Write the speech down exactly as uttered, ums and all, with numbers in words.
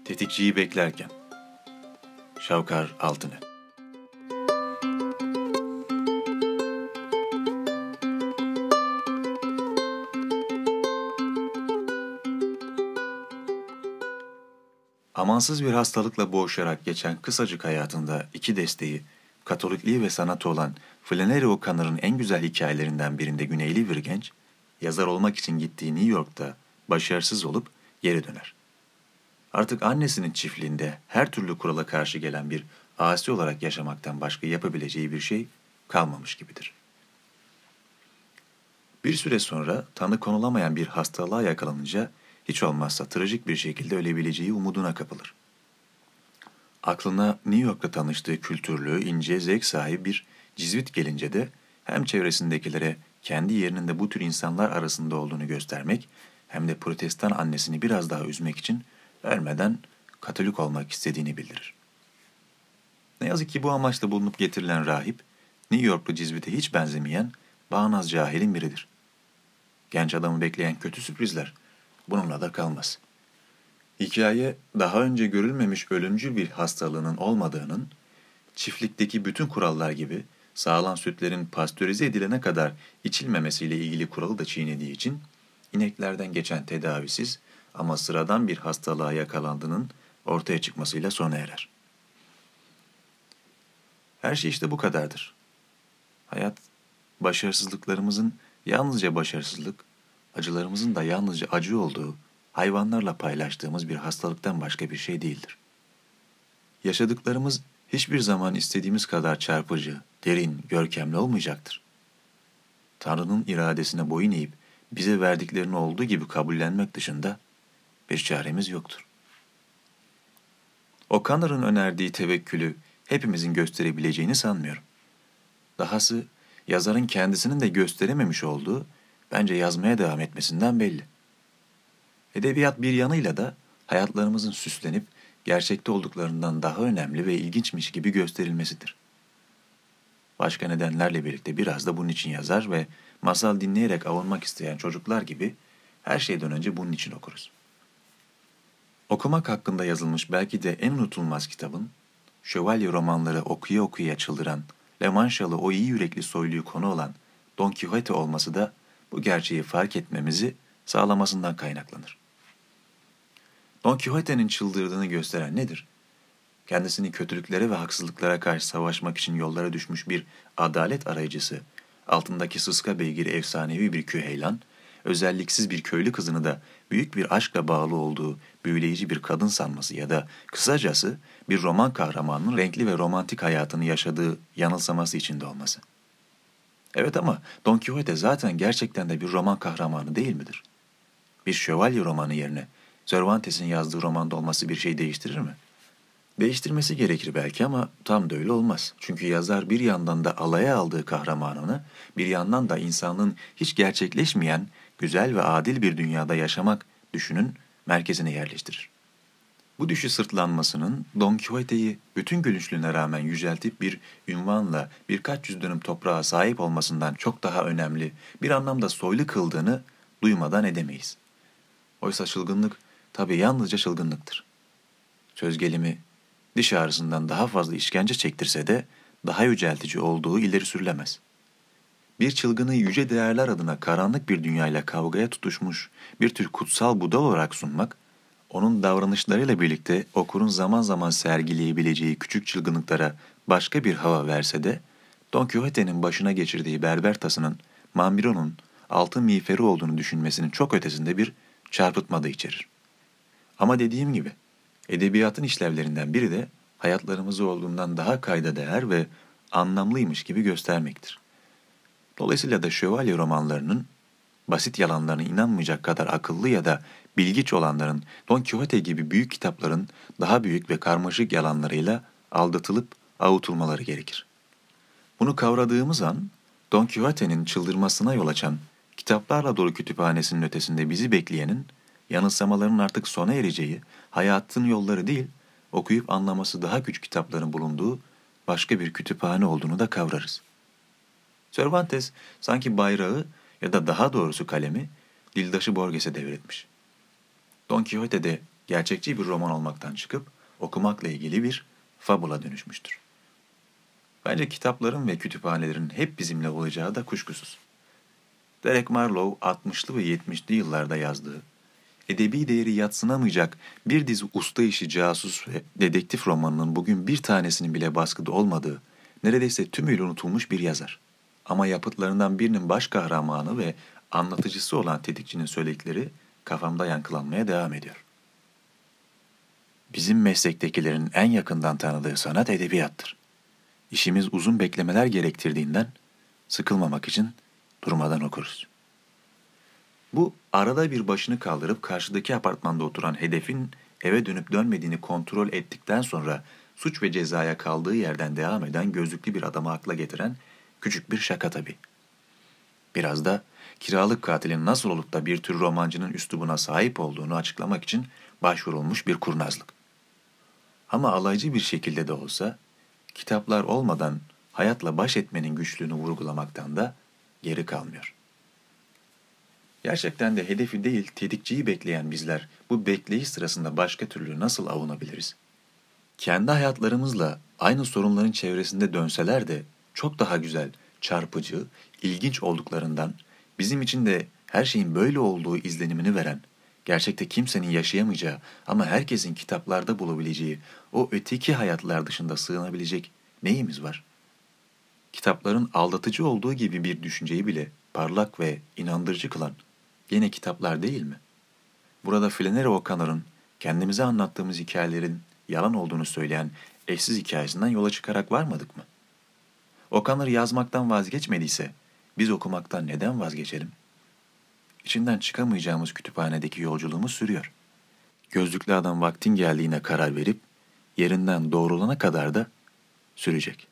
Tetikçiyi beklerken. Şavkar Altıner. Amansız bir hastalıkla boğuşarak geçen kısacık hayatında iki desteği, Katolikliği ve sanatı olan Flannery O'Connor'ın en güzel hikayelerinden birinde güneyli bir genç, yazar olmak için gittiği New York'ta başarısız olup geri döner. Artık annesinin çiftliğinde her türlü kurala karşı gelen bir asi olarak yaşamaktan başka yapabileceği bir şey kalmamış gibidir. Bir süre sonra tanı konulamayan bir hastalığa yakalanınca hiç olmazsa trajik bir şekilde ölebileceği umuduna kapılır. Aklına New York'ta tanıştığı kültürlü, ince, zevk sahibi bir cizvit gelince de hem çevresindekilere kendi yerinin de bu tür insanlar arasında olduğunu göstermek hem de protestan annesini biraz daha üzmek için ölmeden Katolik olmak istediğini bildirir. Ne yazık ki bu amaçla bulunup getirilen rahip, New Yorklu cizvite hiç benzemeyen bağnaz cahilin biridir. Genç adamı bekleyen kötü sürprizler bununla da kalmaz. Hikaye, daha önce görülmemiş ölümcül bir hastalığının olmadığının, çiftlikteki bütün kurallar gibi sağlam sütlerin pastörize edilene kadar içilmemesiyle ilgili kuralı da çiğnediği için, ineklerden geçen tedavisiz ama sıradan bir hastalığa yakalandığının ortaya çıkmasıyla sona erer. Her şey işte bu kadardır. Hayat, başarısızlıklarımızın yalnızca başarısızlık, acılarımızın da yalnızca acı olduğu, hayvanlarla paylaştığımız bir hastalıktan başka bir şey değildir. Yaşadıklarımız hiçbir zaman istediğimiz kadar çarpıcı, derin, görkemli olmayacaktır. Tanrı'nın iradesine boyun eğip bize verdiklerini olduğu gibi kabullenmek dışında bir çaremiz yoktur. O'Connor'ın önerdiği tevekkülü hepimizin gösterebileceğini sanmıyorum. Dahası yazarın kendisinin de gösterememiş olduğu, bence yazmaya devam etmesinden belli. Edebiyat bir yanıyla da hayatlarımızın süslenip gerçekte olduklarından daha önemli ve ilginçmiş gibi gösterilmesidir. Başka nedenlerle birlikte biraz da bunun için yazar ve masal dinleyerek avunmak isteyen çocuklar gibi her şeyden önce bunun için okuruz. Okumak hakkında yazılmış belki de en unutulmaz kitabın, şövalye romanları okuya okuya çıldıran, Le Manchalı o iyi yürekli soyluyu konu olan Don Quixote olması da bu gerçeği fark etmemizi sağlamasından kaynaklanır. Don Quixote'nin çıldırdığını gösteren nedir? Kendisini kötülüklere ve haksızlıklara karşı savaşmak için yollara düşmüş bir adalet arayıcısı, altındaki sıska beygiri efsanevi bir küheylan, özelliksiz bir köylü kızını da büyük bir aşkla bağlı olduğu büyüleyici bir kadın sanması ya da kısacası bir roman kahramanının renkli ve romantik hayatını yaşadığı yanılsaması içinde olması. Evet ama Don Quixote zaten gerçekten de bir roman kahramanı değil midir? Bir şövalye romanı yerine Cervantes'in yazdığı romanda olması bir şey değiştirir mi? Değiştirmesi gerekir belki ama tam da öyle olmaz. Çünkü yazar bir yandan da alaya aldığı kahramanını, bir yandan da insanlığın hiç gerçekleşmeyen, güzel ve adil bir dünyada yaşamak düşünün merkezine yerleştirir. Bu düşü sırtlanmasının Don Quixote'yi bütün gülünçlüğüne rağmen yüceltip bir ünvanla birkaç yüz dönüm toprağa sahip olmasından çok daha önemli, bir anlamda soylu kıldığını duymadan edemeyiz. Oysa çılgınlık tabii yalnızca çılgınlıktır. Söz gelimi diş ağrısından daha fazla işkence çektirse de daha yüceltici olduğu ileri sürülemez. Bir çılgını yüce değerler adına karanlık bir dünyayla kavgaya tutuşmuş bir tür kutsal Buda olarak sunmak, onun davranışlarıyla birlikte okurun zaman zaman sergileyebileceği küçük çılgınlıklara başka bir hava verse de, Don Quixote'nin başına geçirdiği berber tasının Mambiro'nun altın miğferi olduğunu düşünmesinin çok ötesinde bir çarpıtma da içerir. Ama dediğim gibi, edebiyatın işlevlerinden biri de hayatlarımızı olduğundan daha kayda değer ve anlamlıymış gibi göstermektir. Dolayısıyla da şövalye romanlarının basit yalanlarına inanmayacak kadar akıllı ya da bilgiç olanların Don Quixote gibi büyük kitapların daha büyük ve karmaşık yalanlarıyla aldatılıp avutulmaları gerekir. Bunu kavradığımız an Don Quixote'nin çıldırmasına yol açan kitaplarla dolu kütüphanesinin ötesinde bizi bekleyenin yanılsamaların artık sona ereceği, hayatın yolları değil, okuyup anlaması daha güç kitapların bulunduğu başka bir kütüphane olduğunu da kavrarız. Cervantes sanki bayrağı ya da daha doğrusu kalemi Dildaşı Borges'e devretmiş. Don Quixote de gerçekçi bir roman olmaktan çıkıp okumakla ilgili bir fabula dönüşmüştür. Bence kitapların ve kütüphanelerin hep bizimle olacağı da kuşkusuz. Derek Marlowe altmışlı ve yetmişli yıllarda yazdığı, edebi değeri yadsınamayacak bir dizi usta işi casus ve dedektif romanının bugün bir tanesinin bile baskıda olmadığı, neredeyse tümüyle unutulmuş bir yazar. Ama yapıtlarından birinin baş kahramanı ve anlatıcısı olan tetikçinin söyledikleri kafamda yankılanmaya devam ediyor. Bizim meslektekilerin en yakından tanıdığı sanat edebiyattır. İşimiz uzun beklemeler gerektirdiğinden sıkılmamak için durmadan okuruz. Bu arada bir başını kaldırıp karşıdaki apartmanda oturan hedefin eve dönüp dönmediğini kontrol ettikten sonra suç ve cezaya kaldığı yerden devam eden gözlüklü bir adamı akla getiren küçük bir şaka tabii. Biraz da kiralık katilin nasıl olup da bir tür romancının üslubuna sahip olduğunu açıklamak için başvurulmuş bir kurnazlık. Ama alaycı bir şekilde de olsa, kitaplar olmadan hayatla baş etmenin güçlüğünü vurgulamaktan da geri kalmıyor. Gerçekten de hedefi değil, tetikçiyi bekleyen bizler bu bekleyiş sırasında başka türlü nasıl avunabiliriz? Kendi hayatlarımızla aynı sorunların çevresinde dönseler de çok daha güzel, çarpıcı, ilginç olduklarından bizim için de her şeyin böyle olduğu izlenimini veren, gerçekte kimsenin yaşayamayacağı ama herkesin kitaplarda bulabileceği o öteki hayatlar dışında sığınabilecek neyimiz var? Kitapların aldatıcı olduğu gibi bir düşünceyi bile parlak ve inandırıcı kılan gene kitaplar değil mi? Burada Flannery O'Connor'ın kendimize anlattığımız hikayelerin yalan olduğunu söyleyen eşsiz hikayesinden yola çıkarak varmadık mı? O'Connor yazmaktan vazgeçmediyse biz okumaktan neden vazgeçelim? İçinden çıkamayacağımız kütüphanedeki yolculuğumuz sürüyor. Gözlüklü adam vaktin geldiğine karar verip yerinden doğrulana kadar da sürecek.